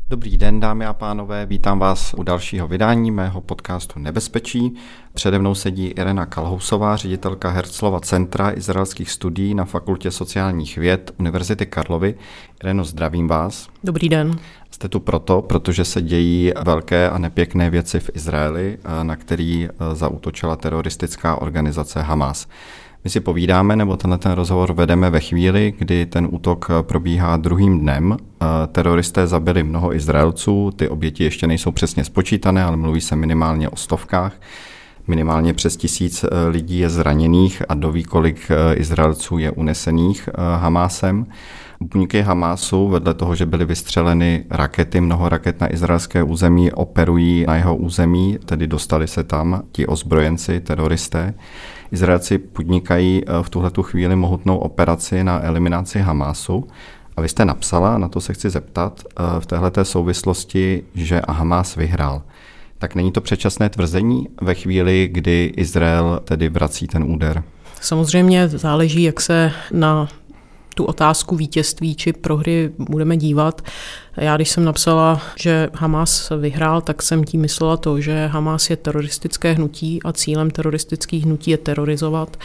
Dobrý den, dámy a pánové, vítám vás u dalšího vydání mého podcastu Nebezpečí. Přede mnou sedí Irena Kalhousová, ředitelka Herzlova centra izraelských studií na Fakultě sociálních věd Univerzity Karlovy. Ireno, zdravím vás. Dobrý den. Jste tu protože se dějí velké a nepěkné věci v Izraeli, na který zaútočila teroristická organizace Hamas. My si povídáme, nebo ten rozhovor vedeme ve chvíli, kdy ten útok probíhá druhým dnem. Teroristé zabili mnoho Izraelců, ty oběti ještě nejsou přesně spočítané, ale mluví se minimálně o stovkách. Minimálně přes 1000 lidí je zraněných a doví, kolik Izraelců je unesených Hamásem. Buňky Hamásu, vedle toho, že byly vystřeleny rakety, mnoho raket na izraelské území, operují na jeho území, tedy dostali se tam ti ozbrojenci, teroristé. Izraelci podnikají v tuhletu chvíli mohutnou operaci na eliminaci Hamásu. A vy jste napsala, na to se chci zeptat, v téhleté souvislosti, že Hamás vyhrál. Tak není to předčasné tvrzení ve chvíli, kdy Izrael tedy vrací ten úder? Samozřejmě záleží, jak se na tu otázku vítězství či prohry budeme dívat. Já, když jsem napsala, že Hamás vyhrál, tak jsem tím myslela to, že Hamás je teroristické hnutí a cílem teroristických hnutí je terorizovat.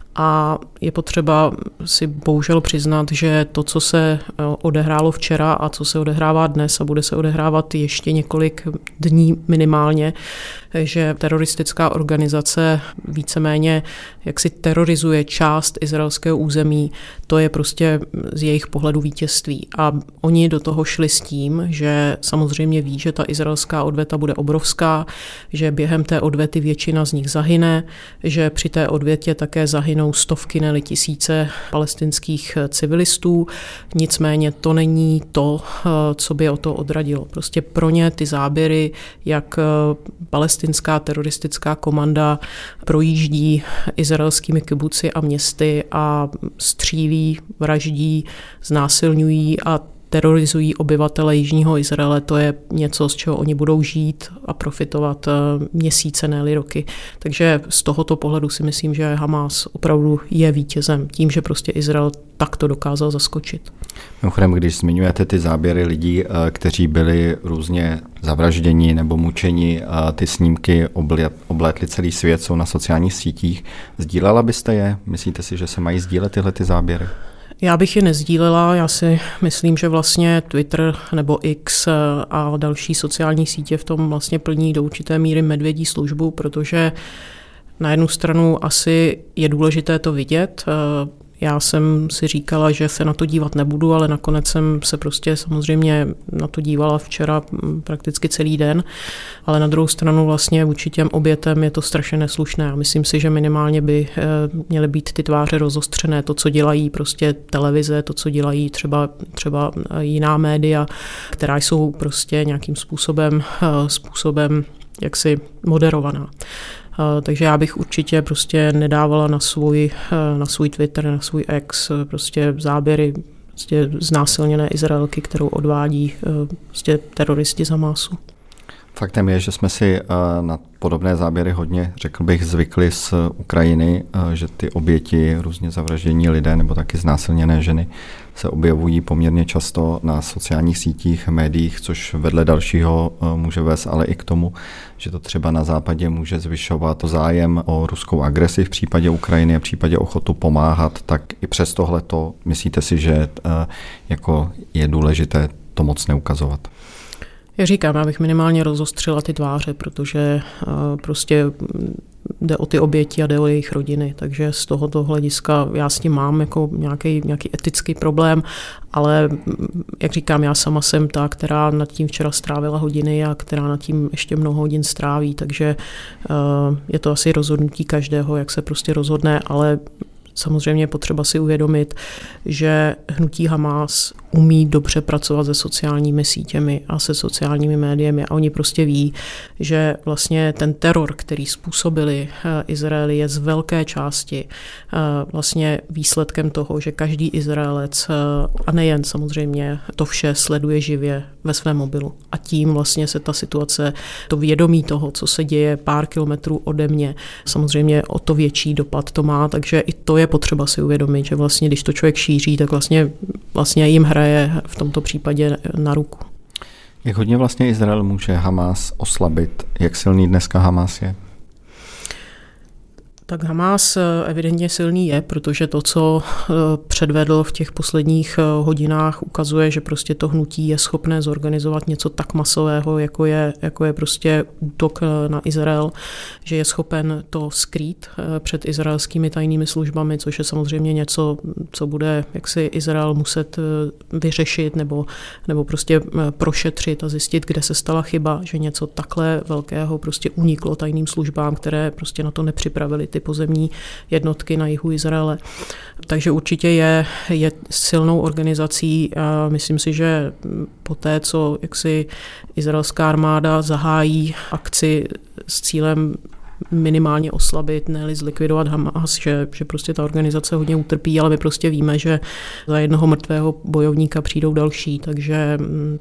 A je potřeba si bohužel přiznat, že to, co se odehrálo včera a co se odehrává dnes a bude se odehrávat ještě několik dní minimálně, že teroristická organizace víceméně jaksi terorizuje část izraelského území, to je prostě z jejich pohledu vítězství. A oni do toho šli s tím, že samozřejmě ví, že ta izraelská odveta bude obrovská, že během té odvety většina z nich zahyne, že při té odvětě také zahynou stovky, ne tisíce palestinských civilistů. Nicméně to není to, co by o to odradilo. Prostě pro ně ty záběry, jak palestinská teroristická komanda projíždí izraelskými kibuci a městy a střílí, vraždí, znásilňují a terorizují obyvatele jižního Izraele, to je něco, z čeho oni budou žít a profitovat měsíce, ne-li roky. Takže z tohoto pohledu si myslím, že Hamás opravdu je vítězem tím, že prostě Izrael takto dokázal zaskočit. Mimochodem, když zmiňujete ty záběry lidí, kteří byli různě zavražděni nebo mučeni, ty snímky oblétly celý svět, jsou na sociálních sítích. Sdílela byste je? Myslíte si, že se mají sdílet tyhle ty záběry? Já bych je nezdílela, já si myslím, že vlastně Twitter nebo X a další sociální sítě v tom vlastně plní do určité míry medvědí službu, protože na jednu stranu asi je důležité to vidět. Já jsem si říkala, že se na to dívat nebudu, ale nakonec jsem se prostě samozřejmě na to dívala včera prakticky celý den, ale na druhou stranu vlastně vůči těm obětem je to strašně neslušné a myslím si, že minimálně by měly být ty tváře rozostřené, to, co dělají prostě televize, to, co dělají třeba jiná média, která jsou prostě nějakým způsobem jaksi moderovaná. Takže já bych určitě prostě nedávala na svůj Twitter, na svůj X prostě záběry prostě znásilněné Izraelky, kterou odvádí prostě teroristi z Hamásu. Faktem je, že jsme si na podobné záběry hodně, řekl bych, zvykli z Ukrajiny, že ty oběti, různě zavraždění lidé nebo taky znásilněné ženy se objevují poměrně často na sociálních sítích, médiích, což vedle dalšího může vést ale i k tomu, že to třeba na západě může zvyšovat zájem o ruskou agresi v případě Ukrajiny a v případě ochotu pomáhat, tak i přes tohleto myslíte si, že jako je důležité to moc neukazovat? Já říkám, já bych minimálně rozostřila ty tváře, protože prostě jde o ty oběti a jde o jejich rodiny, takže z tohoto hlediska já s tím mám jako nějaký etický problém, ale jak říkám, já sama jsem ta, která nad tím včera strávila hodiny a která nad tím ještě mnoho hodin stráví, takže je to asi rozhodnutí každého, jak se prostě rozhodne, ale samozřejmě je potřeba si uvědomit, že hnutí Hamás umí dobře pracovat se sociálními sítěmi a se sociálními médiemi a oni prostě ví, že vlastně ten teror, který způsobili Izraeli, je z velké části vlastně výsledkem toho, že každý Izraelec a nejen samozřejmě to vše sleduje živě ve svém mobilu. A tím vlastně se ta situace, to vědomí toho, co se děje pár kilometrů ode mě, samozřejmě o to větší dopad to má, takže i to je potřeba si uvědomit, že vlastně když to člověk šíří, tak vlastně jim hraje v tomto případě na ruku. Jak hodně vlastně Izrael může Hamás oslabit? Jak silný dneska Hamás je? Tak Hamás evidentně silný je, protože to, co předvedl v těch posledních hodinách, ukazuje, že prostě to hnutí je schopné zorganizovat něco tak masového, jako je prostě útok na Izrael, že je schopen to skrýt před izraelskými tajnými službami, což je samozřejmě něco, co bude jaksi Izrael muset vyřešit nebo prostě prošetřit a zjistit, kde se stala chyba, že něco takhle velkého prostě uniklo tajným službám, které prostě na to nepřipravili ty pozemní jednotky na jihu Izraele. Takže určitě je silnou organizací a myslím si, že poté, co jaksi izraelská armáda zahájí akci s cílem minimálně oslabit, ne-li zlikvidovat Hamas, že prostě ta organizace hodně utrpí, ale my prostě víme, že za jednoho mrtvého bojovníka přijdou další, takže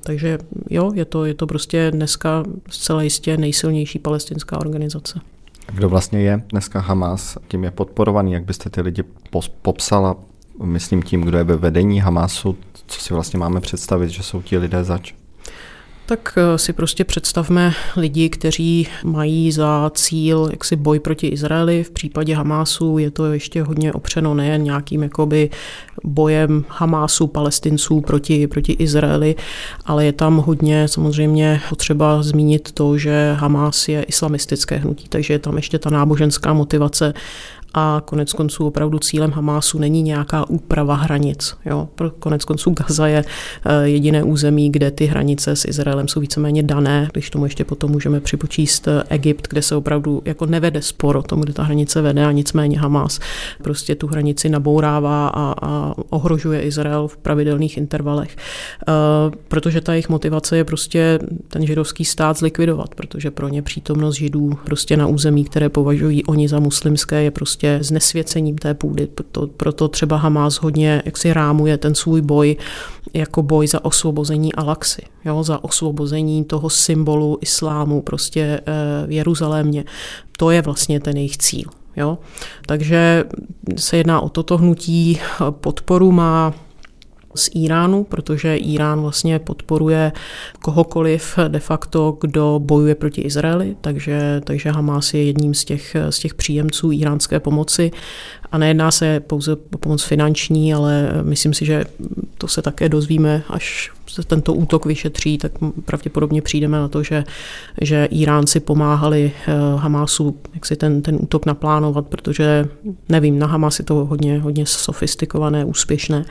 jo, je to prostě dneska zcela jistě nejsilnější palestinská organizace. Kdo vlastně je dneska Hamás, tím je podporovaný, jak byste ty lidi popsala, myslím tím, kdo je ve vedení Hamásu, co si vlastně máme představit, že jsou ti lidé zač? Tak si prostě představme lidi, kteří mají za cíl jaksi boj proti Izraeli. V případě Hamásu je to ještě hodně opřeno nejen nějakým jakoby bojem Hamásu, Palestinců proti Izraeli, ale je tam hodně samozřejmě potřeba zmínit to, že Hamás je islamistické hnutí, takže je tam ještě ta náboženská motivace. A konec konců opravdu cílem Hamásu není nějaká úprava hranic. Jo? Konec konců Gaza je jediné území, kde ty hranice s Izraelem jsou víceméně dané, když tomu ještě potom můžeme připočíst Egypt, kde se opravdu jako nevede spor o tom, kde ta hranice vede, a nicméně Hamás prostě tu hranici nabourává a ohrožuje Izrael v pravidelných intervalech. Protože ta jejich motivace je prostě ten židovský stát zlikvidovat, protože pro ně přítomnost Židů prostě na území, které považují oni za muslimské, je prostě znesvěcením té půdy. Proto třeba Hamás hodně jaksi rámuje ten svůj boj jako boj za osvobození Al-Aqsy, jo, za osvobození toho symbolu islámu prostě v Jeruzalémě. To je vlastně ten jejich cíl. Jo. Takže se jedná o toto hnutí. Podporu má z Iránu, protože Irán vlastně podporuje kohokoliv de facto, kdo bojuje proti Izraeli, takže Hamás je jedním z těch příjemců iránské pomoci. A nejedná se pouze o pomoc finanční, ale myslím si, že to se také dozvíme, až se tento útok vyšetří, tak pravděpodobně přijdeme na to, že Iránci pomáhali Hamásu jak si ten útok naplánovat, protože nevím, na Hamás je to hodně sofistikované, úspěšné.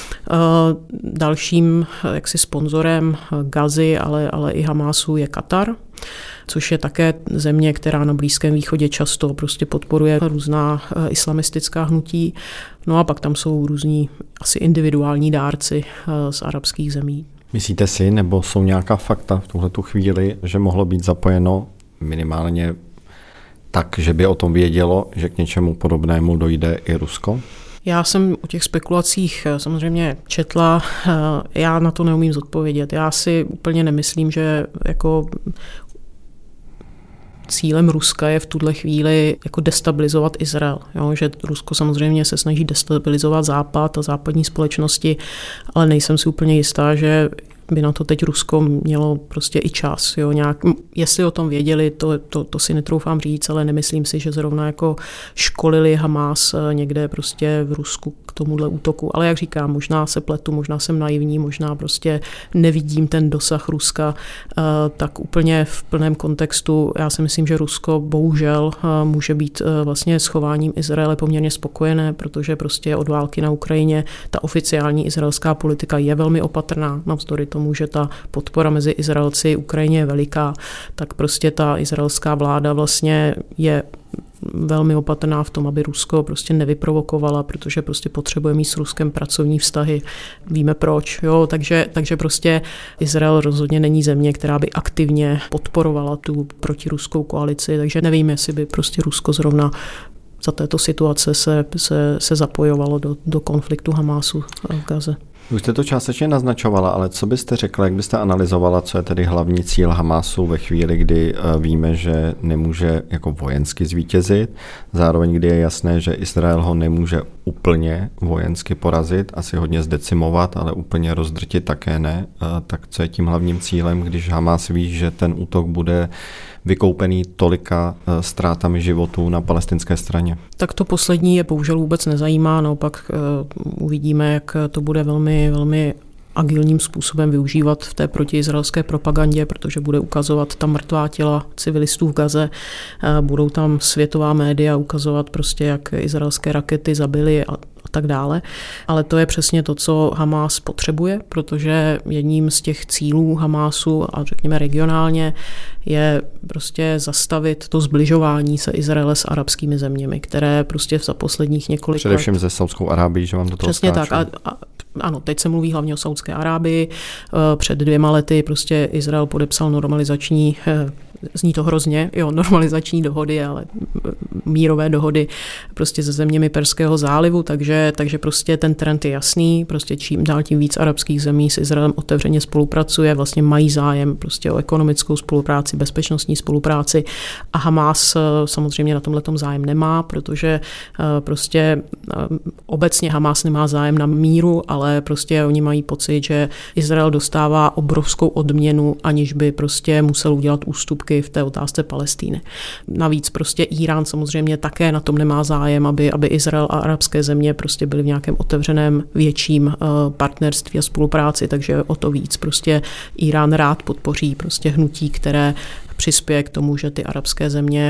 Dalším jaksi sponzorem Gazy, ale i Hamásu je Katar, což je také země, která na Blízkém východě často prostě podporuje různá islamistická hnutí. No a pak tam jsou různí asi individuální dárci z arabských zemí. Myslíte si, nebo jsou nějaká fakta v tuhletu chvíli, že mohlo být zapojeno minimálně tak, že by o tom vědělo, že k něčemu podobnému dojde i Rusko? Já jsem o těch spekulacích samozřejmě četla, já na to neumím zodpovědět. Já si úplně nemyslím, že jako cílem Ruska je v tuhle chvíli jako destabilizovat Izrael. Jo? Že Rusko samozřejmě se snaží destabilizovat Západ a západní společnosti, ale nejsem si úplně jistá, že by na to teď Rusko mělo prostě i čas. Jo? Jestli o tom věděli, to si netroufám říct, ale nemyslím si, že zrovna jako školili Hamás někde prostě v Rusku k tomuhle útoku. Ale jak říkám, možná se pletu, možná jsem naivní, možná prostě nevidím ten dosah Ruska tak úplně v plném kontextu. Já si myslím, že Rusko bohužel může být vlastně s chováním Izraele poměrně spokojené, protože prostě od války na Ukrajině ta oficiální izraelská politika je velmi opatrná, navzdory tomu, že ta podpora mezi Izraelci a Ukrajině je veliká, tak prostě ta izraelská vláda vlastně je velmi opatrná v tom, aby Rusko prostě nevyprovokovala, protože prostě potřebuje mít s Ruskem pracovní vztahy. Víme proč, jo, takže prostě Izrael rozhodně není země, která by aktivně podporovala tu protiruskou koalici, takže nevím, jestli by prostě Rusko zrovna za této situace se zapojovalo do konfliktu Hamásu v Gaze. Už jste to částečně naznačovala, ale co byste řekla, jak byste analyzovala, co je tedy hlavní cíl Hamásu ve chvíli, kdy víme, že nemůže jako vojensky zvítězit, zároveň kdy je jasné, že Izrael ho nemůže úplně vojensky porazit, asi hodně zdecimovat, ale úplně rozdrtit také ne. Tak co je tím hlavním cílem, když Hamas ví, že ten útok bude vykoupený tolika ztrátami životů na palestinské straně? Tak to poslední je bohužel vůbec nezajímá, naopak uvidíme, jak to bude velmi, velmi agilním způsobem využívat v té protiizraelské propagandě, protože bude ukazovat tam mrtvá těla civilistů v Gaze, budou tam světová média ukazovat prostě, jak izraelské rakety zabily a tak dále. Ale to je přesně to, co Hamás potřebuje, protože jedním z těch cílů Hamásu a řekněme regionálně je prostě zastavit to zbližování se Izraele s arabskými zeměmi, které prostě za posledních několik především let... se Saudskou Arábií, že vám do toho přesně skáču. Tak. Ano, teď se mluví hlavně o Saudské Arábii. Před 2 lety prostě Izrael podepsal normalizační, zní to hrozně, normalizační dohody, ale mírové dohody prostě se zeměmi Perského zálivu, takže prostě ten trend je jasný, prostě čím dál tím víc arabských zemí s Izraelem otevřeně spolupracuje, vlastně mají zájem prostě o ekonomickou spolupráci, bezpečnostní spolupráci a Hamás samozřejmě na tomhletom zájem nemá, protože prostě obecně Hamás nemá zájem na míru, ale prostě oni mají pocit, že Izrael dostává obrovskou odměnu, aniž by prostě musel udělat ústupky v té otázce Palestíny. Navíc prostě Irán samozřejmě také na tom nemá zájem, aby Izrael a arabské země prostě byly v nějakém otevřeném větším partnerství a spolupráci, takže o to víc prostě Irán rád podpoří prostě hnutí, které přispěje k tomu, že ty arabské země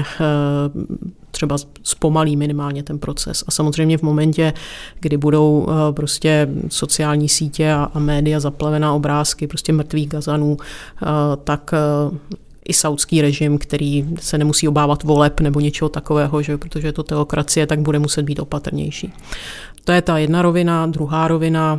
třeba zpomalí minimálně ten proces. A samozřejmě v momentě, kdy budou prostě sociální sítě a média zaplavená obrázky prostě mrtvých Gazanů, tak i saudský režim, který se nemusí obávat voleb nebo něčeho takového, že protože je to teokracie, tak bude muset být opatrnější. To je ta jedna rovina. Druhá rovina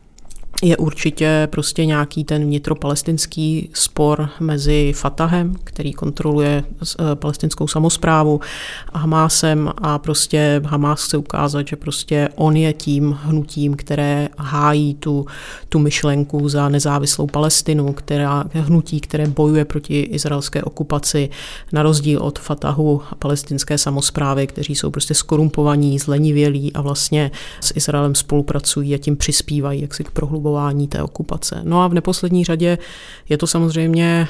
je určitě prostě nějaký ten vnitropalestinský spor mezi Fatahem, který kontroluje palestinskou samosprávu, a Hamásem, a prostě Hamás chce ukázat, že prostě on je tím hnutím, které hájí tu myšlenku za nezávislou Palestinu, hnutí, které bojuje proti izraelské okupaci, na rozdíl od Fatahu a palestinské samosprávy, kteří jsou prostě skorumpovaní, zlenivělí a vlastně s Izraelem spolupracují a tím přispívají jaksi k prohlubování té okupace. No a v neposlední řadě je to samozřejmě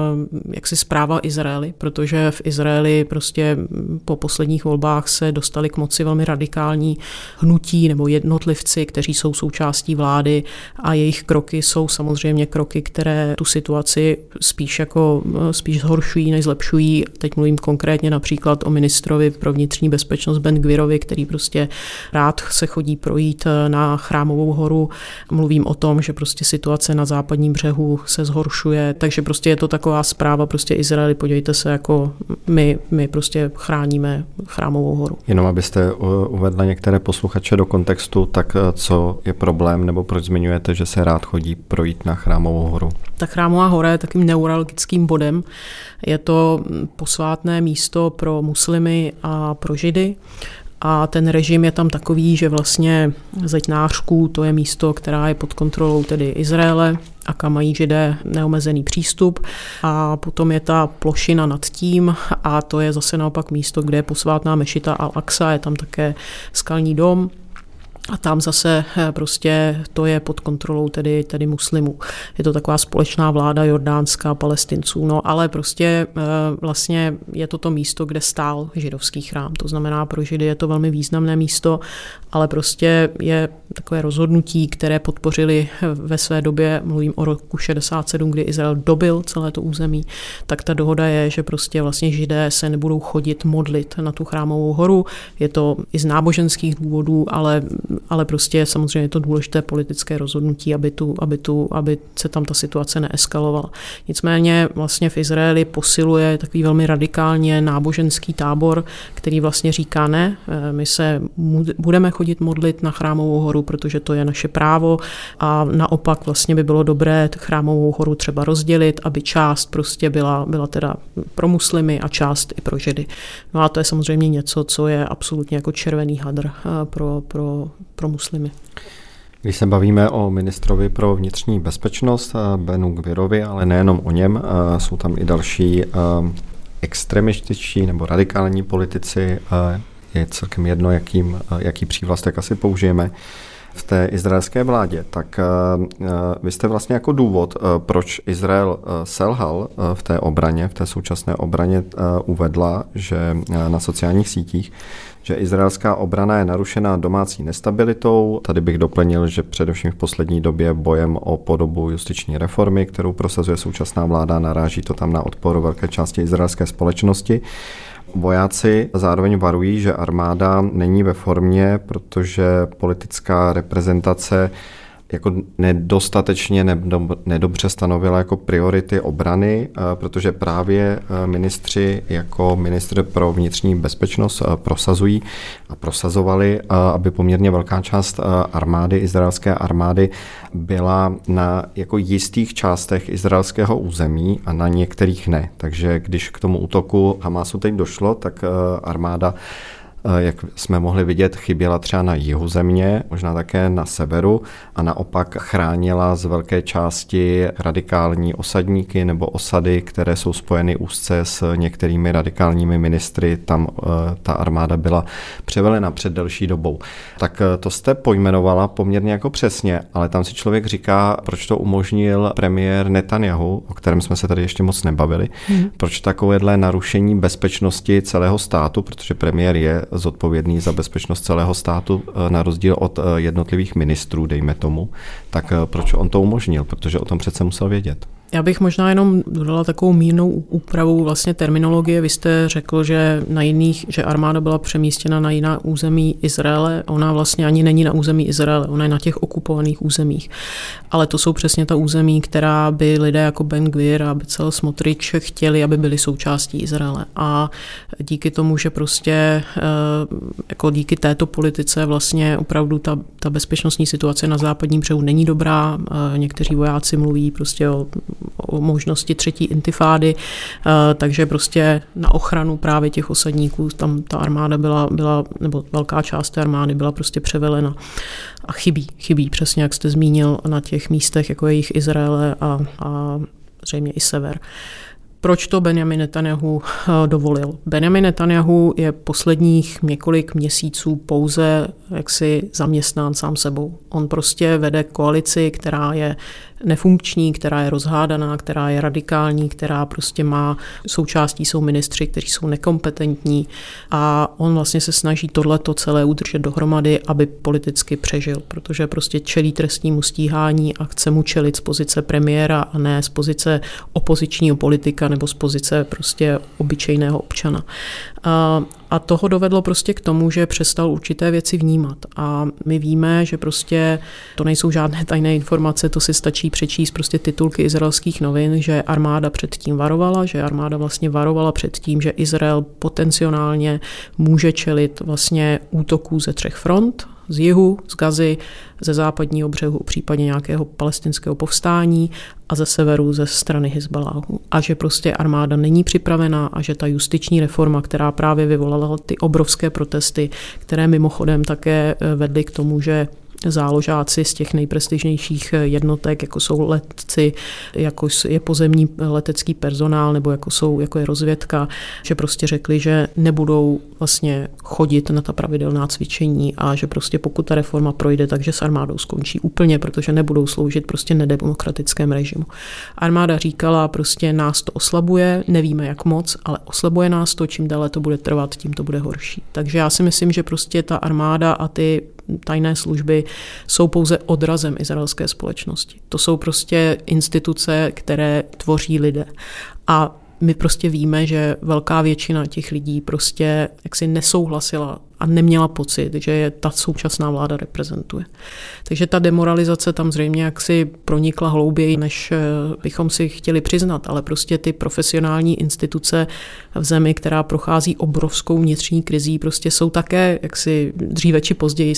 jaksi zpráva Izraeli, protože v Izraeli prostě po posledních volbách se dostali k moci velmi radikální hnutí nebo jednotlivci, kteří jsou součástí vlády, a jejich kroky jsou samozřejmě kroky, které tu situaci spíš zhoršují, než zlepšují. Teď mluvím konkrétně například o ministrovi pro vnitřní bezpečnost Ben Gvirovi, který prostě rád se chodí projít na Chrámovou horu. Mluvím o tom, že prostě situace na západním břehu se zhoršuje, takže prostě je to taková zpráva prostě Izraeli, podívejte se, jako my prostě chráníme Chrámovou horu. Jenom abyste uvedla některé posluchače do kontextu, tak co je problém, nebo proč zmiňujete, že se rád chodí projít na Chrámovou horu? Ta Chrámová hora je takým neuralgickým bodem. Je to posvátné místo pro muslimy a pro židy. A ten režim je tam takový, že vlastně zeď Nářků, to je místo, která je pod kontrolou tedy Izraele a kam mají Židé neomezený přístup. A potom je ta plošina nad tím a to je zase naopak místo, kde je posvátná mešita Al-Aqsa, je tam také skalní dom. A tam zase prostě to je pod kontrolou tedy muslimů. Je to taková společná vláda jordánská, Palestinců, no ale prostě vlastně je to místo, kde stál židovský chrám. To znamená, pro Židy je to velmi významné místo, ale prostě je takové rozhodnutí, které podpořili ve své době, mluvím o roku 67, kdy Izrael dobyl celé to území, tak ta dohoda je, že prostě vlastně Židé se nebudou chodit modlit na tu Chrámovou horu. Je to i z náboženských důvodů, ale prostě samozřejmě je to důležité politické rozhodnutí, aby se tam ta situace neeskalovala. Nicméně vlastně v Izraeli posiluje takový velmi radikálně náboženský tábor, který vlastně říká ne, my se budeme chodit modlit na Chrámovou horu, protože to je naše právo, a naopak vlastně by bylo dobré Chrámovou horu třeba rozdělit, aby část prostě byla teda pro muslimy a část i pro Židy. No a to je samozřejmě něco, co je absolutně jako červený hadr pro muslimy. Když se bavíme o ministrovi pro vnitřní bezpečnost Benu Gvirovi, ale nejenom o něm, jsou tam i další extremističtí nebo radikální politici. je celkem jedno, jaký přívlastek asi použijeme, v té izraelské vládě, tak vy jste vlastně jako důvod, proč Izrael selhal v té obraně, v té současné obraně, uvedla, že na sociálních sítích, že izraelská obrana je narušena domácí nestabilitou. Tady bych doplnil, že především v poslední době bojem o podobu justiční reformy, kterou prosazuje současná vláda, naráží to tam na odpor velké části izraelské společnosti. Vojáci zároveň varují, že armáda není ve formě, protože politická reprezentace jako nedostatečně nedobře stanovila jako priority obrany, protože právě ministři jako ministr pro vnitřní bezpečnost prosazovali, aby poměrně velká část armády, izraelské armády, byla na jako jistých částech izraelského území a na některých ne. Takže když k tomu útoku Hamasu teď došlo, tak armáda, jak jsme mohli vidět, chyběla třeba na jihu země, možná také na severu a naopak chránila z velké části radikální osadníky nebo osady, které jsou spojeny úzce s některými radikálními ministry. Tam ta armáda byla převelena před delší dobou. Tak to jste pojmenovala poměrně jako přesně, ale tam si člověk říká, proč to umožnil premiér Netanjahu, o kterém jsme se tady ještě moc nebavili, proč takovéhle narušení bezpečnosti celého státu, protože premiér je zodpovědný za bezpečnost celého státu na rozdíl od jednotlivých ministrů, dejme tomu, tak proč on to umožnil? Protože o tom přece musel vědět. Já bych možná jenom dodala takovou mírnou úpravu vlastně terminologie. Vy jste řekl, že že armáda byla přemístěna na jiná území Izraele. Ona vlastně ani není na území Izraele, ona je na těch okupovaných územích. Ale to jsou přesně ta území, která by lidé jako Ben Gvir a Bezalel Smotrič chtěli, aby byly součástí Izraele. A díky tomu, že prostě jako díky této politice vlastně opravdu ta bezpečnostní situace na západním břehu není dobrá. Někteří vojáci mluví prostě o možnosti třetí intifády, takže prostě na ochranu právě těch osadníků tam ta armáda byla nebo velká část té armády byla prostě převelena. A chybí přesně, jak jste zmínil, na těch místech, jako je jich Izraele a zřejmě i sever. Proč to Benjamin Netanjahu dovolil? Benjamin Netanjahu je posledních několik měsíců pouze jaksi zaměstnán sám sebou. On prostě vede koalici, která je nefunkční, která je rozhádaná, která je radikální, která prostě součástí jsou ministři, kteří jsou nekompetentní a on vlastně se snaží tohleto celé udržet dohromady, aby politicky přežil, protože prostě čelí trestnímu stíhání a chce mu čelit z pozice premiéra a ne z pozice opozičního politika nebo z pozice prostě obyčejného občana. A toho dovedlo prostě k tomu, že přestal určité věci vnímat. A my víme, že prostě to nejsou žádné tajné informace, to si stačí přečíst prostě titulky izraelských novin, že armáda předtím varovala, že armáda vlastně varovala před tím, že Izrael potenciálně může čelit vlastně útoků ze 3 front, z jihu, z Gazy, ze západního břehu, případně nějakého palestinského povstání a ze severu ze strany Hizbaláhu. A že prostě armáda není připravená a že ta justiční reforma, která právě vyvolala ty obrovské protesty, které mimochodem také vedly k tomu, že záložáci z těch nejprestižnějších jednotek, jako jsou letci, jako je pozemní letecký personál nebo jako je rozvědka, že prostě řekli, že nebudou vlastně chodit na ta pravidelná cvičení a že prostě pokud ta reforma projde, takže s armádou skončí úplně, protože nebudou sloužit prostě nedemokratickém režimu. Armáda říkala, prostě nás to oslabuje, nevíme jak moc, ale oslabuje nás to, čím déle to bude trvat, tím to bude horší. Takže já si myslím, že prostě ta armáda a ty tajné služby jsou pouze odrazem izraelské společnosti. To jsou prostě instituce, které tvoří lidé. A my prostě víme, že velká většina těch lidí prostě jaksi nesouhlasila a neměla pocit, že je ta současná vláda reprezentuje. Takže ta demoralizace tam zřejmě jaksi pronikla hlouběji, než bychom si chtěli přiznat, ale prostě ty profesionální instituce v zemi, která prochází obrovskou vnitřní krizí, prostě jsou také, jaksi dříve či později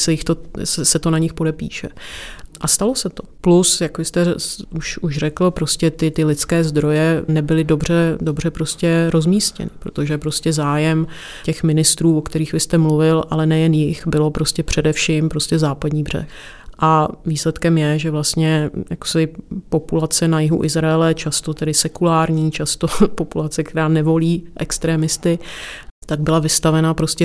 se to na nich podepíše. A stalo se to. Plus, jak jste už řekl, prostě ty lidské zdroje nebyly dobře prostě rozmístěny, protože prostě zájem těch ministrů, o kterých vy jste mluvil, ale nejen jich, bylo prostě především prostě západní břeh. A výsledkem je, že vlastně jaksi populace na jihu Izraele, často tedy sekulární, často populace, která nevolí extrémisty, tak byla vystavena prostě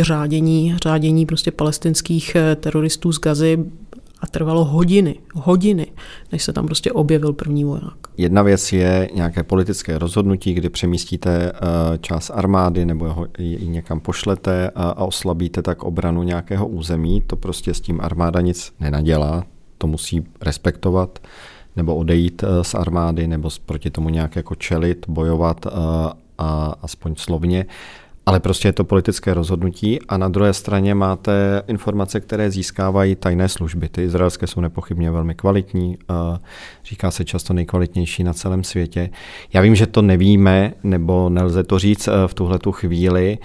řádění prostě palestinských teroristů z Gazy a trvalo hodiny, než se tam prostě objevil první voják. Jedna věc je nějaké politické rozhodnutí, kdy přemístíte část armády nebo ho někam pošlete a oslabíte tak obranu nějakého území. To prostě s tím armáda nic nenadělá, to musí respektovat nebo odejít z armády nebo proti tomu nějak jako čelit, bojovat a aspoň slovně. Ale prostě je to politické rozhodnutí a na druhé straně máte informace, které získávají tajné služby. Ty izraelské jsou nepochybně velmi kvalitní, říká se často nejkvalitnější na celém světě. Já vím, že to nevíme, nebo nelze to říct v tuhletu chvíli,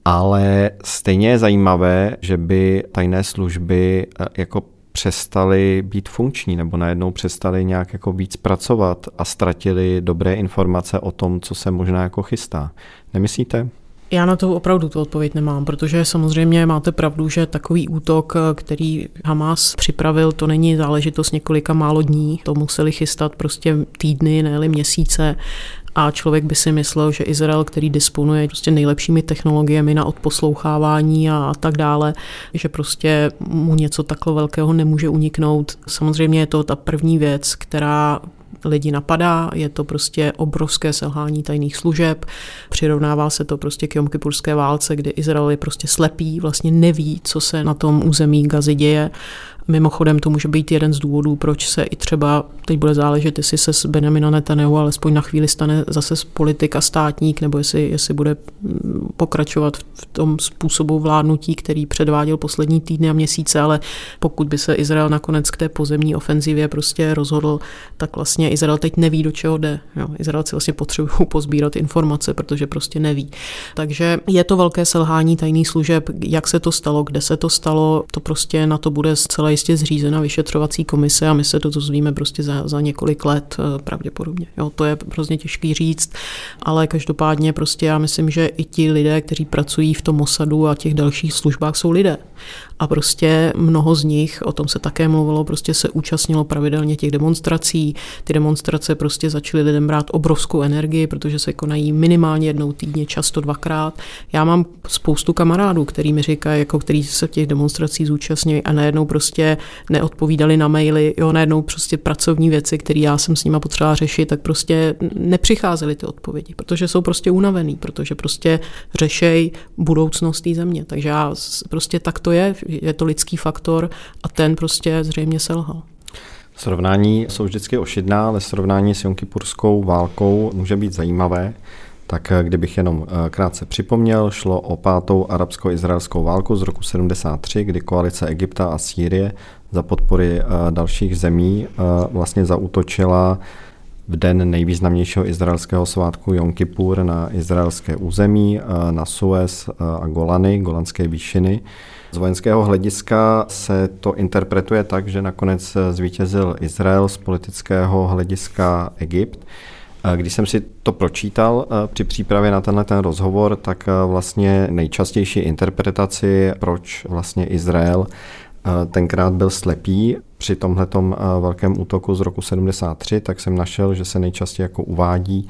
ale stejně je zajímavé, že by tajné služby jako přestaly být funkční nebo najednou přestaly nějak jako víc pracovat a ztratili dobré informace o tom, co se možná jako chystá. Nemyslíte? Já na to opravdu tu odpověď nemám, protože samozřejmě máte pravdu, že takový útok, který Hamas připravil, to není záležitost několika málo dní. To museli chystat prostě týdny, ne-li měsíce. A člověk by si myslel, že Izrael, který disponuje prostě nejlepšími technologiemi na odposlouchávání a tak dále, že prostě mu něco takhle velkého nemůže uniknout. Samozřejmě je to ta první věc, která lidi napadá, je to prostě obrovské selhání tajných služeb, přirovnává se to prostě k jomkipurské válce, kdy Izrael je prostě slepý, vlastně neví, co se na tom území Gazy děje. Mimochodem to může být jeden z důvodů, proč se i třeba, teď bude záležet, jestli se z Benjamina Netanyahu alespoň na chvíli stane zase politik a státník, nebo jestli bude pokračovat v tom způsobu vládnutí, který předváděl poslední týdny a měsíce, ale pokud by se Izrael nakonec k té pozemní ofenzivě prostě rozhodl, tak vlastně Izrael teď neví, do čeho jde. Jo, Izraelci vlastně potřebují pozbírat informace, protože prostě neví. Takže je to velké selhání tajných služeb, jak se to stalo, kde se to stalo, to prostě na to bude zcela jistě zřízena vyšetřovací komise a my se to dozvíme prostě za několik let pravděpodobně. Jo, to je hrozně těžký říct, ale každopádně prostě já myslím, že i ti lidé, kteří pracují v tom Mossadu a těch dalších službách, jsou lidé. A prostě mnoho z nich, o tom se také mluvilo, prostě se účastnilo pravidelně těch demonstrací. Ty demonstrace prostě začaly lidem brát obrovskou energii, protože se konají minimálně jednou týdně, často dvakrát. Já mám spoustu kamarádů, který mi říkají, jako který se těch demonstrací zúčastňují a najednou prostě neodpovídali na maily, jo, najednou prostě pracovní věci, které já jsem s nima potřebovala řešit, tak prostě nepřicházely ty odpovědi, protože jsou prostě unavený, protože prostě řešejí budoucnost té země. Takže já prostě tak to je to lidský faktor a ten prostě zřejmě selhal. Srovnání jsou vždycky ošidná, ale srovnání s jomkipurskou válkou může být zajímavé. Tak kdybych jenom krátce připomněl, šlo o 5. arabsko-izraelskou válku z roku 73, kdy koalice Egypta a Sýrie za podpory dalších zemí vlastně zaútočila v den nejvýznamnějšího izraelského svátku Jom Kipur na izraelské území, na Suez a Golanské výšiny. Z vojenského hlediska se to interpretuje tak, že nakonec zvítězil Izrael, z politického hlediska Egypt. Když jsem si to pročítal při přípravě na tenhle rozhovor, tak vlastně nejčastější interpretaci, proč vlastně Izrael tenkrát byl slepý při tomhletom velkém útoku z roku 73, tak jsem našel, že se nejčastěji jako uvádí,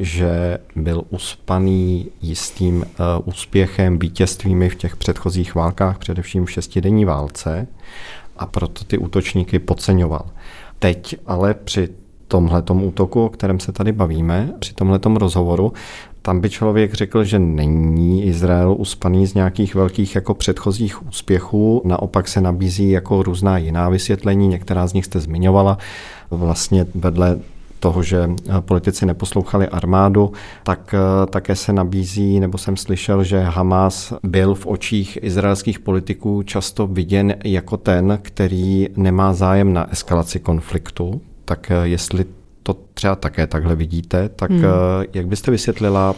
že byl uspaný jistým úspěchem, vítězstvími v těch předchozích válkách, především v šestidenní válce, a proto ty útočníky podceňoval. Teď ale při tomhletom útoku, o kterém se tady bavíme, při tomhletom rozhovoru, tam by člověk řekl, že není Izrael uspaný z nějakých velkých jako předchozích úspěchů, naopak se nabízí jako různá jiná vysvětlení, některá z nich jste zmiňovala, vlastně vedle toho, že politici neposlouchali armádu, tak také se nabízí, nebo jsem slyšel, že Hamas byl v očích izraelských politiků často viděn jako ten, který nemá zájem na eskalaci konfliktu. Tak jestli to třeba také takhle vidíte, tak jak byste vysvětlila,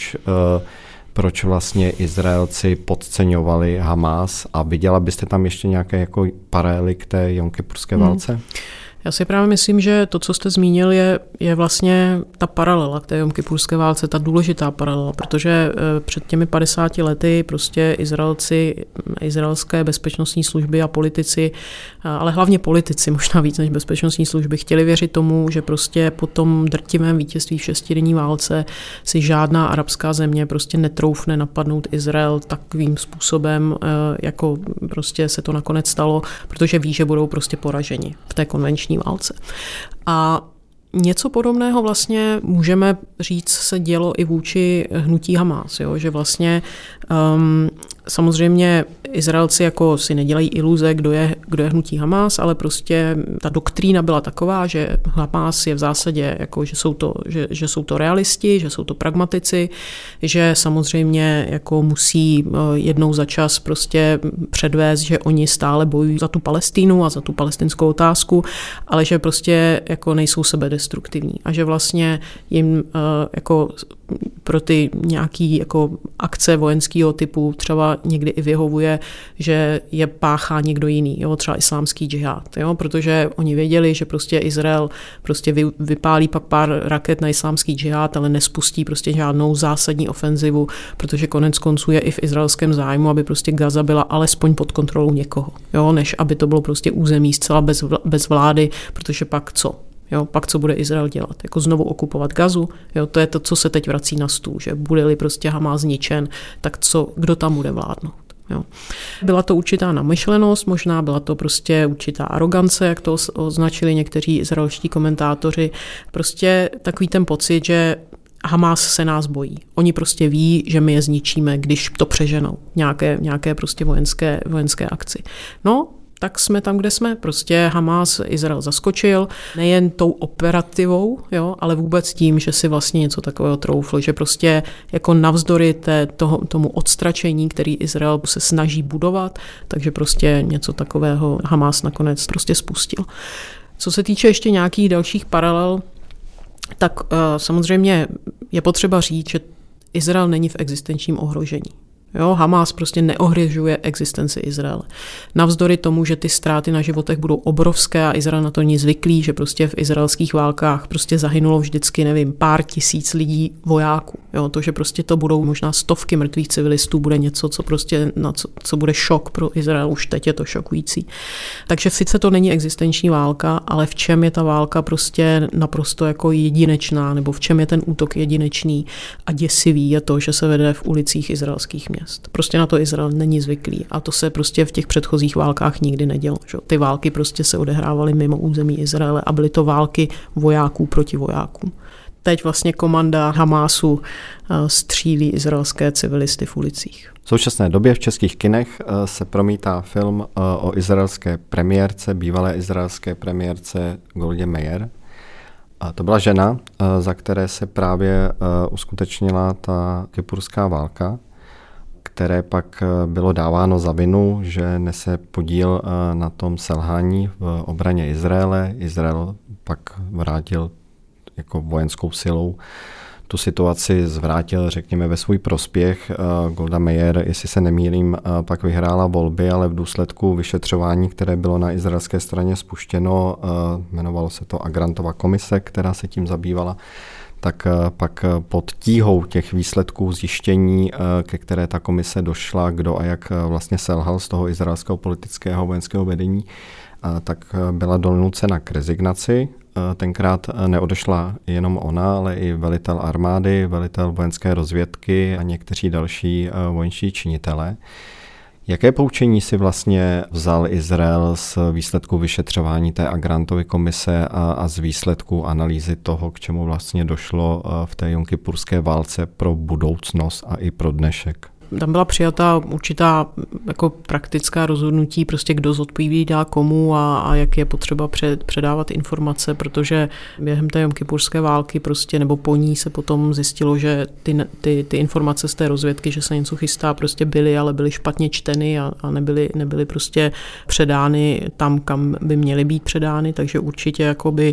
proč vlastně Izraelci podceňovali Hamas a viděla byste tam ještě nějaké jako paralely k té jomkipurské válce? Já si právě myslím, že to, co jste zmínil, je vlastně ta paralela k té jomkipurské válce, ta důležitá paralela, protože před těmi 50 lety prostě izraelské bezpečnostní služby a politici, ale hlavně politici, možná víc než bezpečnostní služby, chtěli věřit tomu, že prostě po tom drtivém vítězství v šestidenní válce si žádná arabská země prostě netroufne napadnout Izrael takovým způsobem, jako prostě se to nakonec stalo, protože ví, že budou prostě poraženi v té konvenční válce. A něco podobného vlastně můžeme říct se dělo i vůči hnutí Hamás, jo? Že vlastně samozřejmě Izraelci jako si nedělají iluze, kdo je hnutí Hamás, ale prostě ta doktrína byla taková, že Hamás je v zásadě jako, že jsou to realisti, že jsou to pragmatici, že samozřejmě jako musí jednou za čas prostě předvést, že oni stále bojují za tu Palestínu a za tu palestinskou otázku, ale že prostě jako nejsou sebedestruktivní a že vlastně jim jako pro ty nějaký jako akce vojenského typu třeba někdy i vyhovuje, že je páchá někdo jiný, jo, třeba islámský džihad, jo, protože oni věděli, že prostě Izrael prostě vypálí pak pár raket na islámský džihad, ale nespustí prostě žádnou zásadní ofenzivu, protože konec konců je i v izraelském zájmu, aby prostě Gaza byla alespoň pod kontrolou někoho, jo, než aby to bylo prostě území zcela bez vlády, protože pak co? Jo, pak co bude Izrael dělat? Jako znovu okupovat Gazu? Jo, to je to, co se teď vrací na stůl, že bude-li prostě Hamás zničen, tak kdo tam bude vládnout? Jo. Byla to určitá namyšlenost, možná byla to prostě určitá arogance, jak to označili někteří izraelští komentátoři. Prostě takový ten pocit, že Hamás se nás bojí. Oni prostě ví, že my je zničíme, když to přeženou. Nějaké prostě vojenské akci. No, tak jsme tam, kde jsme. Prostě Hamás Izrael zaskočil, nejen tou operativou, jo, ale vůbec tím, že si vlastně něco takového troufl, že prostě jako navzdory tomu odstračení, který Izrael se snaží budovat, takže prostě něco takového Hamás nakonec prostě spustil. Co se týče ještě nějakých dalších paralel, tak samozřejmě je potřeba říct, že Izrael není v existenčním ohrožení. Jo, Hamás prostě neohrožuje existenci Izraele. Navzdory tomu, že ty ztráty na životech budou obrovské a Izrael na to není zvyklý, že prostě v izraelských válkách prostě zahynulo vždycky, nevím, pár tisíc lidí vojáků. Jo, to, že prostě to budou možná stovky mrtvých civilistů, bude něco, co bude šok pro Izrael, už teď je to šokující. Takže sice to není existenční válka, ale v čem je ta válka prostě naprosto jako jedinečná, nebo v čem je ten útok jedinečný a děsivý, je to, že se vede v ulicích izraelských měst. Prostě na to Izrael není zvyklý a to se prostě v těch předchozích válkách nikdy nedělo. Že? Ty války prostě se odehrávaly mimo území Izraele a byly to války vojáků proti vojákům. Teď vlastně komanda Hamásu střílí izraelské civilisty v ulicích. V současné době v českých kinech se promítá film o izraelské premiérce, bývalé izraelské premiérce Goldě Meir. A to byla žena, za které se právě uskutečnila ta kipurská válka, které pak bylo dáváno za vinu, že nese podíl na tom selhání v obraně Izraele. Izrael pak vrátil jako vojenskou silou tu situaci, zvrátil, řekněme, ve svůj prospěch. Golda Meir, jestli se nemýlím, pak vyhrála volby, ale v důsledku vyšetřování, které bylo na izraelské straně spuštěno, jmenovalo se to Agrantova komise, která se tím zabývala, tak pak pod tíhou těch výsledků zjištění, ke které ta komise došla, kdo a jak vlastně selhal z toho izraelského politického vojenského vedení, tak byla donucena k rezignaci. Tenkrát neodešla jenom ona, ale i velitel armády, velitel vojenské rozvědky a někteří další vojenští činitelé. Jaké poučení si vlastně vzal Izrael z výsledku vyšetřování té Agrantovy komise a z výsledku analýzy toho, k čemu vlastně došlo v té jomkipurské válce pro budoucnost a i pro dnešek? Tam byla přijata určitá jako praktická rozhodnutí, prostě kdo zodpovídá komu a jak je potřeba předávat informace, protože během té jomkipurské války prostě, nebo po ní se potom zjistilo, že ty informace z té rozvědky, že se něco chystá, prostě byly, ale byly špatně čteny a nebyly prostě předány tam, kam by měly být předány, takže určitě jakoby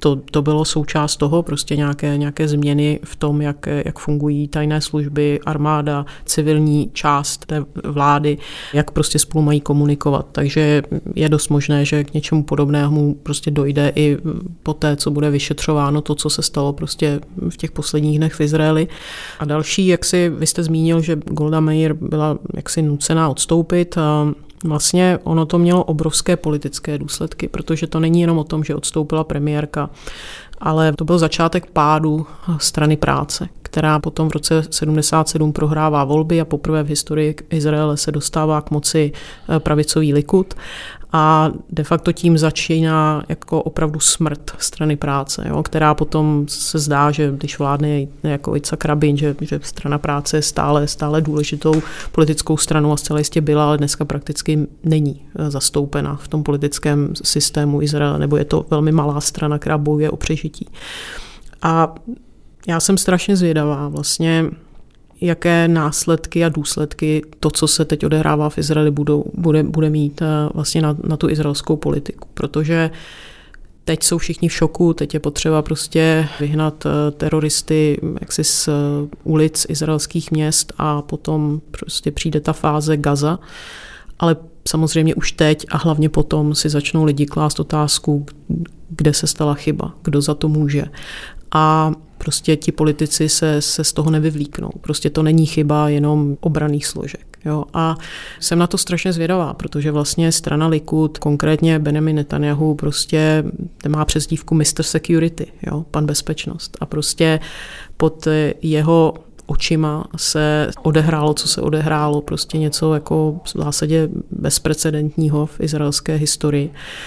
to bylo součást toho, prostě nějaké změny v tom, jak fungují tajné služby, armáda, civilní část té vlády, jak prostě spolu mají komunikovat. Takže je dost možné, že k něčemu podobnému prostě dojde i po té, co bude vyšetřováno to, co se stalo prostě v těch posledních dnech v Izraeli. A další, vy jste zmínil, že Golda Meir byla jaksi nucená odstoupit. Vlastně ono to mělo obrovské politické důsledky, protože to není jenom o tom, že odstoupila premiérka, ale to byl začátek pádu Strany práce, která potom v roce 77 prohrává volby a poprvé v historii Izraele se dostává k moci pravicový Likud a de facto tím začíná jako opravdu smrt Strany práce, jo, která potom se zdá, že když vládne jako Yitzhak Rabin, že Strana práce je stále důležitou politickou stranou a zcela jistě byla, ale dneska prakticky není zastoupena v tom politickém systému Izraele, nebo je to velmi malá strana, která bojuje o přežití. A já jsem strašně zvědavá vlastně, jaké následky a důsledky to, co se teď odehrává v Izraeli, bude mít vlastně na tu izraelskou politiku. Protože teď jsou všichni v šoku, teď je potřeba prostě vyhnat teroristy jaksi z ulic izraelských měst a potom prostě přijde ta fáze Gaza. Ale samozřejmě už teď a hlavně potom si začnou lidi klást otázku, kde se stala chyba, kdo za to může. A prostě ti politici se z toho nevyvlíknou. Prostě to není chyba jenom obranných složek. Jo? A jsem na to strašně zvědavá, protože vlastně strana Likud, konkrétně Benjamin Netanyahu, prostě má přezdívku Mr. Security, jo? Pan bezpečnost. A prostě pod jeho očima se odehrálo, co se odehrálo, prostě něco jako v zásadě bezprecedentního v izraelské historii.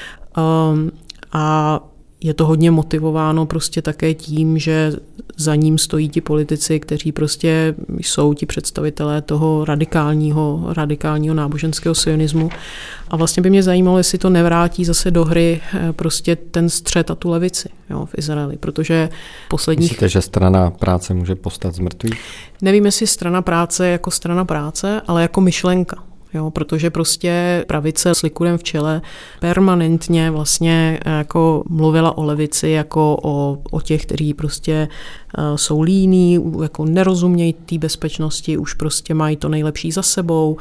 A je to hodně motivováno prostě také tím, že za ním stojí ti politici, kteří prostě jsou ti představitelé toho radikálního náboženského sionismu. A vlastně by mě zajímalo, jestli to nevrátí zase do hry prostě ten střet a tu levici, jo, v Izraeli, protože Myslíte, že Strana práce může povstat z mrtvých? Nevím, jestli Strana práce jako Strana práce, ale jako myšlenka. Jo, protože prostě pravice s Likudem v čele permanentně vlastně jako mluvila o levici jako o těch, kteří prostě jsou líní, jako nerozumějí té bezpečnosti, už prostě mají to nejlepší za sebou,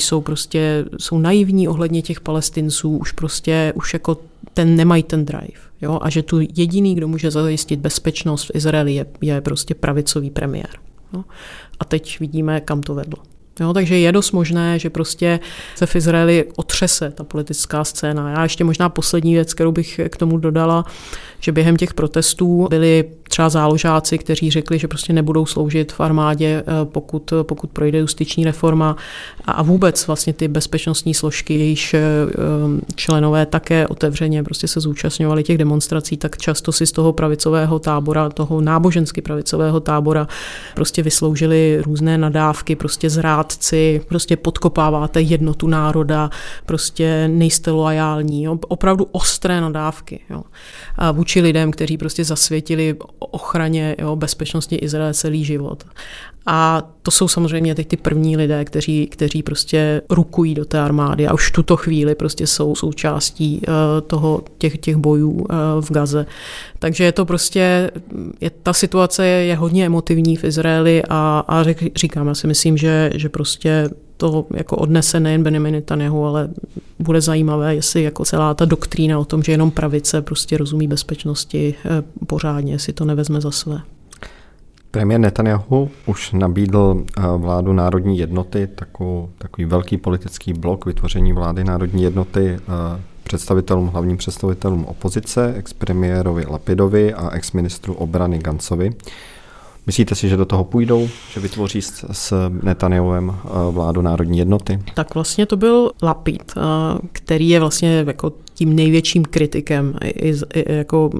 jsou naivní ohledně těch Palestinců, už jako nemají ten drive. Jo, a že tu jediný, kdo může zajistit bezpečnost v Izraeli je prostě pravicový premiér. No. A teď vidíme, kam to vedlo. Jo, takže je dost možné, že prostě se v Izraeli otřese ta politická scéna. Já ještě možná poslední věc, kterou bych k tomu dodala, že během těch protestů byli třeba záložáci, kteří řekli, že prostě nebudou sloužit v armádě, pokud projde justiční reforma a vůbec vlastně ty bezpečnostní složky, jejíž členové také otevřeně prostě se zúčastňovali těch demonstrací, tak často si z toho pravicového tábora, toho nábožensky pravicového tábora prostě vysloužili různé nadávky, prostě zrádci, prostě podkopáváte jednotu národa, prostě nejste loajální, jo? Opravdu ostré nadávky, jo? A vůči lidem, kteří prostě zasvětili ochraně, jo, bezpečnosti Izraele celý život. A to jsou samozřejmě teď ty první lidé, kteří prostě rukují do té armády a už v tuto chvíli prostě jsou součástí těch bojů v Gaze. Takže je to prostě, ta situace je hodně emotivní v Izraeli a říkám, já si myslím, že prostě to jako odnese nejen Benjamin Netanyahu, ale bude zajímavé, jestli jako celá ta doktrína o tom, že jenom pravice prostě rozumí bezpečnosti pořádně, jestli to nevezme za své. Premiér Netanyahu už nabídl vládu národní jednoty, takový velký politický blok vytvoření vlády národní jednoty hlavním představitelům opozice, expremiérovi Lapidovi a exministru obrany Gantzovi. Myslíte si, že do toho půjdou, že vytvoří s Netanyahuem vládu národní jednoty? Tak vlastně to byl Lapid, který je vlastně jako tím největším kritikem jako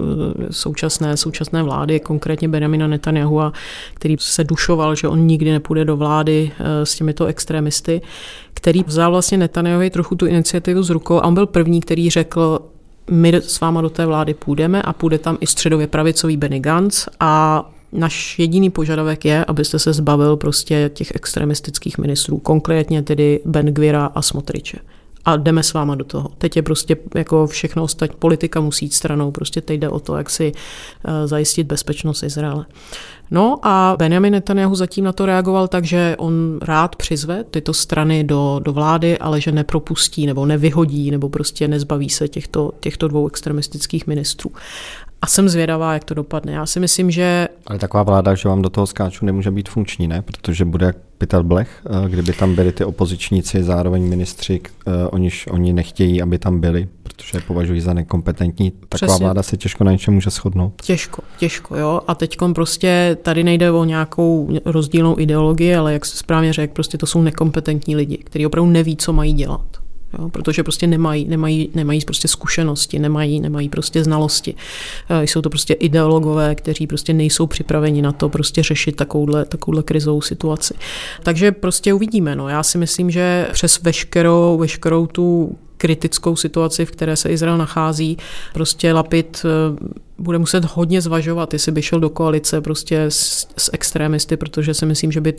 současné vlády, konkrétně Benjamina Netanyahua, který se dušoval, že on nikdy nepůjde do vlády s těmito extremisty, který vzal vlastně Netanyahuvi trochu tu iniciativu z rukou a on byl první, který řekl, my s váma do té vlády půjdeme a půjde tam i středově pravicový Benny Gantz a náš jediný požadavek je, abyste se zbavil prostě těch extremistických ministrů, konkrétně tedy Ben Gvira a Smotriče. a jdeme s váma do toho. Teď je prostě jako všechno ostatní, politika musí jít stranou, prostě teď jde o to, jak si zajistit bezpečnost Izraele. No a Benjamin Netanyahu zatím na to reagoval tak, že on rád přizve tyto strany do vlády, ale že nepropustí nebo nevyhodí nebo prostě nezbaví se těchto dvou extremistických ministrů. A jsem zvědavá, jak to dopadne. Já si myslím, že... Ale taková vláda, že vám do toho skáču, nemůže být funkční, ne? Protože bude jak pytel blech, kdyby tam byli ty opozičníci, zároveň ministři, oni nechtějí, aby tam byli, protože je považují za nekompetentní. Taková vláda se těžko na něčem může shodnout. Těžko, jo. A teďkom prostě tady nejde o nějakou rozdílnou ideologii, ale jak se správně řekl, prostě to jsou nekompetentní lidi, kteří opravdu neví, co mají dělat. Jo, protože prostě nemají prostě zkušenosti, nemají prostě znalosti. Jsou to prostě ideologové, kteří prostě nejsou připraveni na to prostě řešit takovouhle krizovou situaci. Takže prostě uvidíme. No. Já si myslím, že přes veškerou tu kritickou situaci, v které se Izrael nachází, prostě Lapid bude muset hodně zvažovat, jestli by šel do koalice prostě s extrémisty, protože si myslím, že by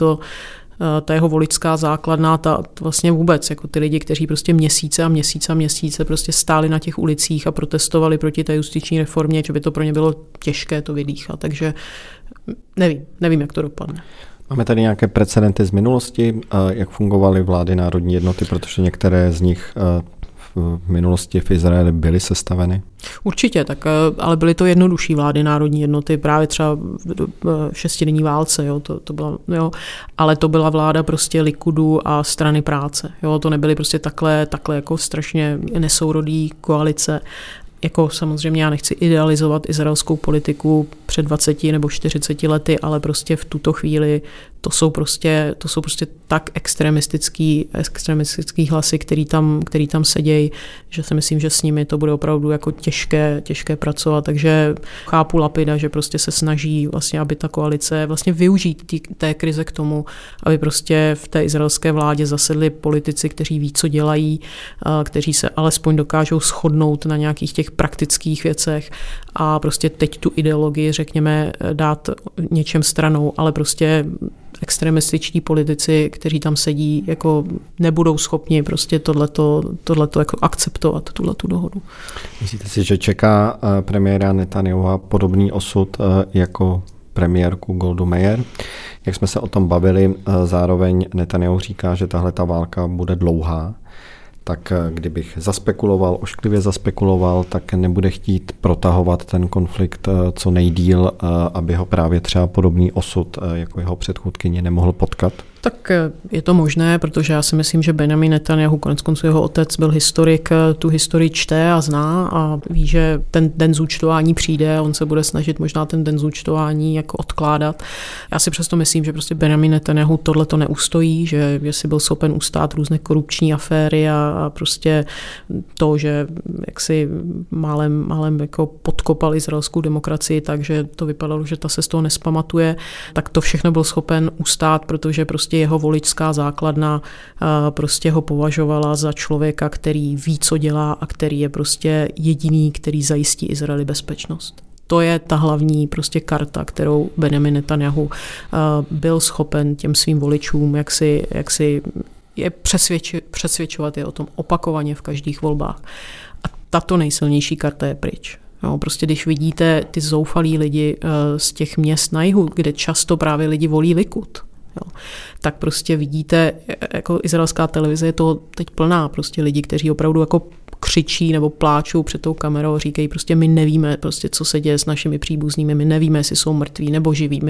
ta jeho voličská základna, ta vlastně vůbec, jako ty lidi, kteří prostě měsíce prostě stáli na těch ulicích a protestovali proti té justiční reformě, že by to pro ně bylo těžké to vydýchat. Takže nevím, jak to dopadne. Máme tady nějaké precedenty z minulosti, jak fungovaly vlády národní jednoty, protože některé z nich v minulosti v Izraeli byly sestaveny? Určitě, ale byly to jednodušší vlády národní jednoty, právě třeba v šestidenní válce, jo, to byla, jo, ale to byla vláda prostě Likudu a Strany práce. Jo, to nebyly prostě takhle jako strašně nesourodý koalice. Jako samozřejmě já nechci idealizovat izraelskou politiku před 20 nebo 40 lety, ale prostě v tuto chvíli to jsou prostě tak extremistický hlasy, který tam sedějí, že si myslím, že s nimi to bude opravdu jako těžké pracovat. Takže chápu Lapida, že prostě se snaží vlastně, aby ta koalice vlastně využít té krize k tomu, aby prostě v té izraelské vládě zasedli politici, kteří ví, co dělají, kteří se alespoň dokážou shodnout na nějakých těch praktických věcech a prostě teď tu ideologii, řekněme, dát něčem stranou, ale prostě extremističtí politici, kteří tam sedí, jako nebudou schopni prostě tohleto jako akceptovat, tuhletu dohodu. Myslíte si, že čeká premiéra Netanyahua podobný osud jako premiérku Goldu Meir? Jak jsme se o tom bavili, zároveň Netanyahu říká, že tahle ta válka bude dlouhá, tak kdybych ošklivě zaspekuloval, tak nebude chtít protahovat ten konflikt co nejdýl, aby ho právě třeba podobný osud jako jeho předchůdkyně nemohl potkat? Tak je to možné, protože já si myslím, že Benjamin Netanyahu, koneckonců jeho otec byl historik, tu historii čte a zná a ví, že ten den zúčtování přijde a on se bude snažit možná ten den zúčtování jako odkládat. Já si přesto myslím, že prostě Benjamin Netanyahu tohleto neustojí, že si byl schopen ustát různé korupční aféry a prostě to, že jaksi málem jako podkopal izraelskou demokracii, takže to vypadalo, že ta se z toho nespamatuje, tak to všechno byl schopen ustát, protože prostě jeho voličská základna prostě ho považovala za člověka, který ví, co dělá a který je prostě jediný, který zajistí Izraeli bezpečnost. To je ta hlavní prostě karta, kterou Benjamin Netanyahu byl schopen těm svým voličům, jak si je přesvědčovat je o tom opakovaně v každých volbách. A tato nejsilnější karta je pryč. Jo, prostě když vidíte ty zoufalí lidi z těch měst na jihu, kde často právě lidi volí Likud, jo, tak prostě vidíte, jako izraelská televize je to teď plná, prostě lidi, kteří opravdu jako křičí nebo pláčou před tou kamerou a říkají prostě my nevíme prostě, co se děje s našimi příbuznými, my nevíme, jestli jsou mrtví nebo živí,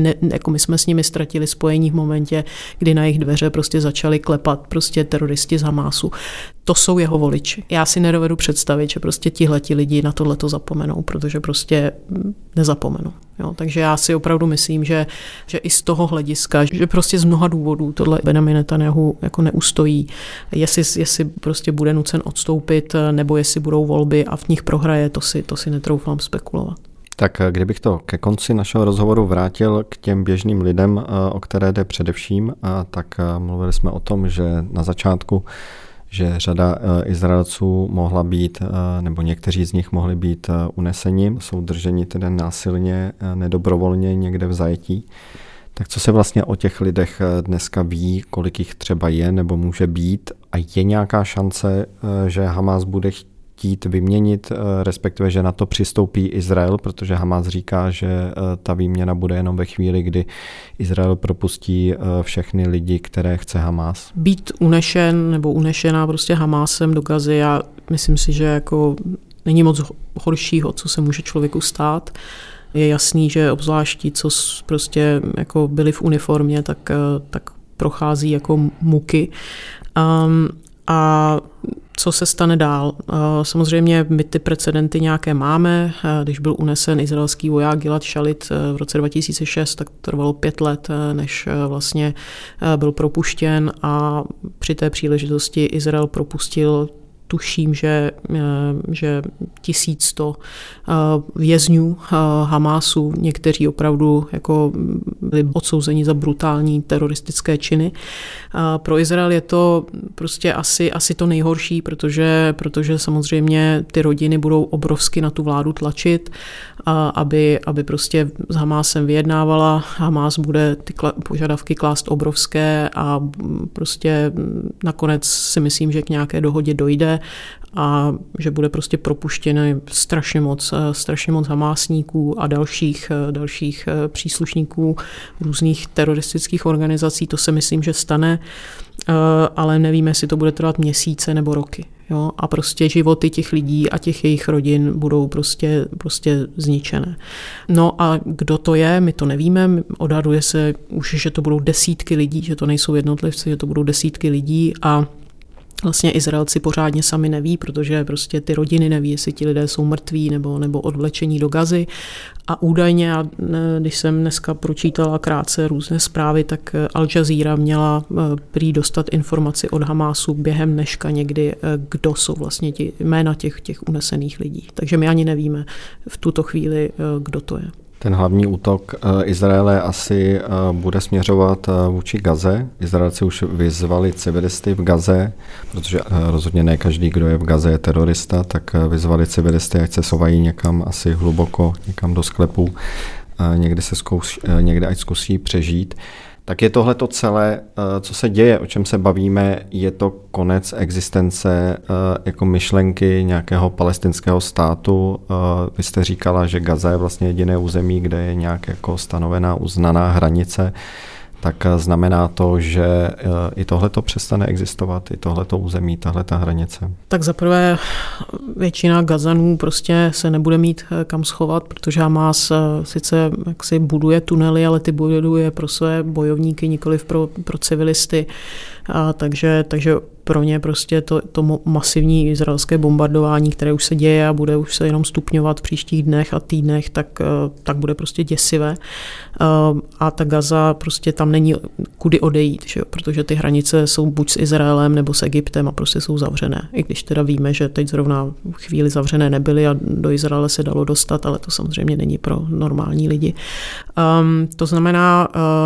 my jsme s nimi ztratili spojení v momentě, kdy na jejich dveře prostě začali klepat prostě teroristi z Hamásu. To jsou jeho voliči. Já si nedovedu představit, že prostě tihleti lidi na tohleto zapomenou, protože prostě nezapomenou. Jo, takže já si opravdu myslím, že i z toho hlediska, že prostě z mnoha důvodů tohle Benjamin Netanyahu jako neustojí, jestli prostě bude nucen odstoupit, nebo jestli budou volby a v nich prohraje, to si netroufám spekulovat. Tak kdybych to ke konci našeho rozhovoru vrátil k těm běžným lidem, o které jde především, tak mluvili jsme o tom, že na začátku že řada Izraelců mohla být, nebo někteří z nich mohli být uneseni, jsou drženi tedy násilně, nedobrovolně někde v zajetí. Tak co se vlastně o těch lidech dneska ví, kolik jich třeba je nebo může být a je nějaká šance, že Hamas bude chtít vyměnit, respektive, že na to přistoupí Izrael, protože Hamas říká, že ta výměna bude jenom ve chvíli, kdy Izrael propustí všechny lidi, které chce Hamas. Být unešen nebo unešená prostě Hamásem do Gazy, já myslím si, že jako není moc horšího, co se může člověku stát. Je jasný, že obzvlášť ti, co prostě jako byli v uniformě, tak prochází jako muky. A co se stane dál? Samozřejmě my ty precedenty nějaké máme. Když byl unesen izraelský voják Gilad Shalit v roce 2006, tak trvalo 5 let, než vlastně byl propuštěn a při té příležitosti Izrael propustil, tuším, že 1100 vězňů Hamásu, někteří opravdu jako byli odsouzeni za brutální teroristické činy. Pro Izrael je to prostě asi to nejhorší, protože samozřejmě ty rodiny budou obrovsky na tu vládu tlačit, aby prostě s Hamásem vyjednávala. Hamás bude ty požadavky klást obrovské a prostě nakonec si myslím, že k nějaké dohodě dojde a že bude prostě propuštěno strašně moc hamásníků a dalších příslušníků různých teroristických organizací. To si myslím, že stane, ale nevíme, jestli to bude trvat měsíce nebo roky. Jo? A prostě životy těch lidí a těch jejich rodin budou prostě zničené. No a kdo to je, my to nevíme. Odhaduje se už, že to budou desítky lidí, že to nejsou jednotlivci, že to budou desítky lidí a vlastně Izraelci pořádně sami neví, protože prostě ty rodiny neví, jestli ti lidé jsou mrtví nebo odvlečení do Gazy. A údajně, když jsem dneska pročítala krátce různé zprávy, tak Al Jazeera měla prý dostat informaci od Hamásu během dneška někdy, kdo jsou vlastně jména těch unesených lidí. Takže my ani nevíme v tuto chvíli, kdo to je. Ten hlavní útok Izraele asi bude směřovat vůči Gaze. Izraelci už vyzvali civilisty v Gaze, protože rozhodně ne každý, kdo je v Gaze, je terorista, tak vyzvali civilisty, ať se sovají někam asi hluboko, někam do sklepů, někde ať zkusí přežít. Tak je tohle to celé, co se děje, o čem se bavíme, je to konec existence jako myšlenky nějakého palestinského státu. Vy jste říkala, že Gaza je vlastně jediné území, kde je nějak jako stanovená, uznaná hranice. Tak znamená to, že i tohleto přestane existovat, i tohleto území, tahleta hranice? Tak zaprvé většina Gazanů prostě se nebude mít kam schovat, protože Hamas sice jaksi buduje tunely, ale ty buduje pro své bojovníky, nikoliv pro civilisty. Takže pro ně prostě to masivní izraelské bombardování, které už se děje a bude už se jenom stupňovat v příštích dnech a týdnech, tak bude prostě děsivé. A ta Gaza prostě tam není kudy odejít, že jo? Protože ty hranice jsou buď s Izraelem nebo s Egyptem a prostě jsou zavřené. I když teda víme, že teď zrovna chvíli zavřené nebyly a do Izraele se dalo dostat, ale to samozřejmě není pro normální lidi. To znamená,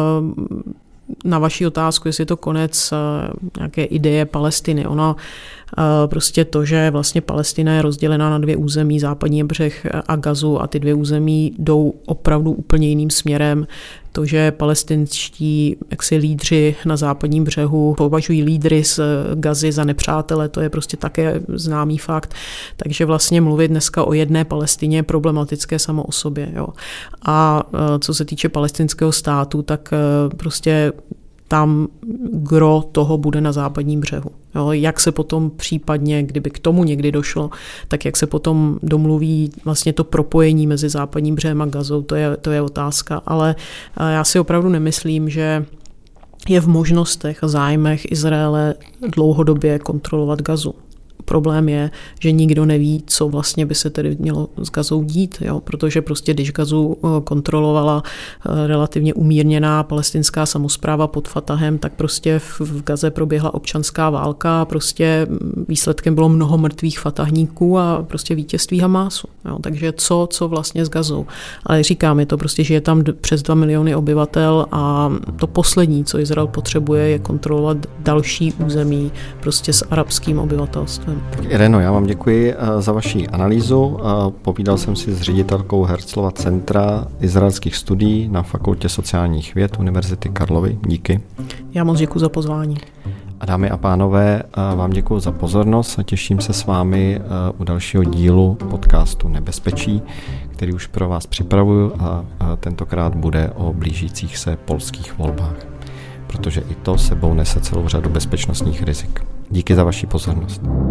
na vaši otázku, jestli je to konec nějaké ideje Palestiny. Ono prostě to, že vlastně Palestina je rozdělená na 2 území, západní břeh a Gazu, a ty 2 území jdou opravdu úplně jiným směrem. To, že palestinští lídři na západním břehu považují lídry z Gazy za nepřátele, to je prostě také známý fakt. Takže vlastně mluvit dneska o jedné Palestině je problematické samo o sobě. Jo. A co se týče palestinského státu, tak prostě tam gro toho bude na západním břehu. Jo, jak se potom případně, kdyby k tomu někdy došlo, tak jak se potom domluví vlastně to propojení mezi západním břehem a Gazou, to je otázka. Ale já si opravdu nemyslím, že je v možnostech a zájmech Izraele dlouhodobě kontrolovat Gazu. Problém je, že nikdo neví, co vlastně by se tedy mělo s Gazou dít, jo? Protože prostě když Gazu kontrolovala relativně umírněná palestinská samospráva pod Fatahem, tak prostě v Gaze proběhla občanská válka a prostě výsledkem bylo mnoho mrtvých fatahníků a prostě vítězství Hamásu. Jo? Takže co vlastně s Gazou? Ale říkám, je to prostě, že je tam přes 2 miliony obyvatel a to poslední, co Izrael potřebuje, je kontrolovat další území prostě s arabským obyvatelstvem. způsobem. Tak Ireno, já vám děkuji za vaši analýzu. Povídal jsem si s ředitelkou Herzlova centra izraelských studií na Fakultě sociálních věd Univerzity Karlovy. Díky. Já moc děkuji za pozvání. A dámy a pánové, vám děkuji za pozornost a těším se s vámi u dalšího dílu podcastu Nebezpečí, který už pro vás připravuju a tentokrát bude o blížících se polských volbách, protože i to sebou nese celou řadu bezpečnostních rizik. Díky za vaši pozornost.